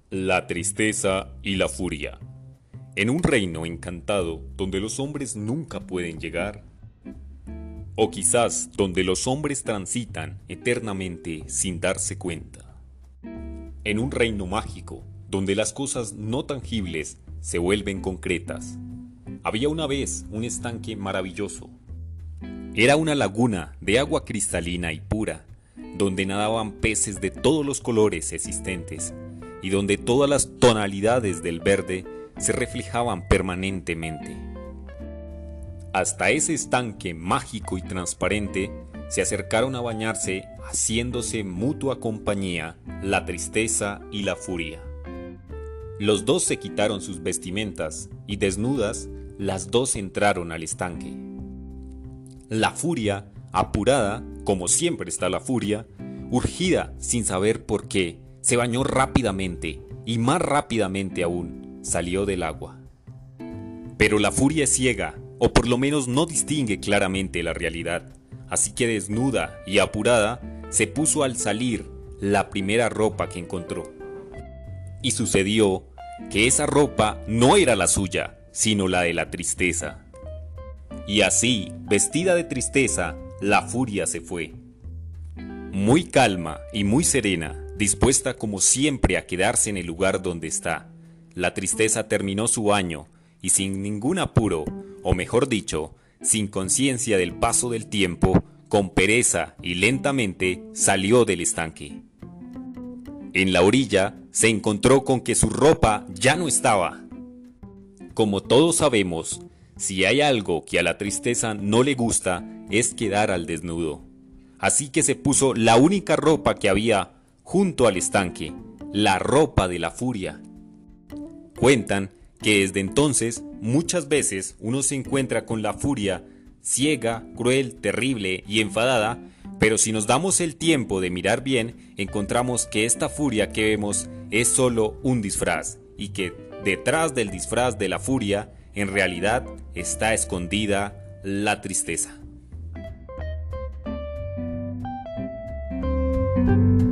La tristeza y la furia. En un reino encantado donde los hombres nunca pueden llegar, o quizás donde los hombres transitan eternamente sin darse cuenta. En un reino mágico donde las cosas no tangibles se vuelven concretas. Había una vez un estanque maravilloso. Era una laguna de agua cristalina y pura, donde nadaban peces de todos los colores existentes y donde todas las tonalidades del verde se reflejaban permanentemente. Hasta ese estanque mágico y transparente se acercaron a bañarse, haciéndose mutua compañía la tristeza y la furia. Los dos se quitaron sus vestimentas y desnudas las dos entraron al estanque. La furia, apurada, como siempre está la furia, urgida sin saber por qué, se bañó rápidamente y más rápidamente aún salió del agua. Pero la furia es ciega, o por lo menos no distingue claramente la realidad, así que desnuda y apurada se puso al salir la primera ropa que encontró. Y sucedió que esa ropa no era la suya, sino la de la tristeza. Y así, vestida de tristeza, la furia se fue. Muy calma y muy serena, dispuesta como siempre a quedarse en el lugar donde está, la tristeza terminó su baño y sin ningún apuro, o mejor dicho, sin conciencia del paso del tiempo, con pereza y lentamente salió del estanque. En la orilla se encontró con que su ropa ya no estaba. Como todos sabemos, si hay algo que a la tristeza no le gusta es quedar al desnudo. Así que se puso la única ropa que había junto al estanque, la ropa de la furia. Cuentan que desde entonces muchas veces uno se encuentra con la furia ciega, cruel, terrible y enfadada, pero si nos damos el tiempo de mirar bien, encontramos que esta furia que vemos es solo un disfraz y que detrás del disfraz de la furia en realidad está escondida la tristeza.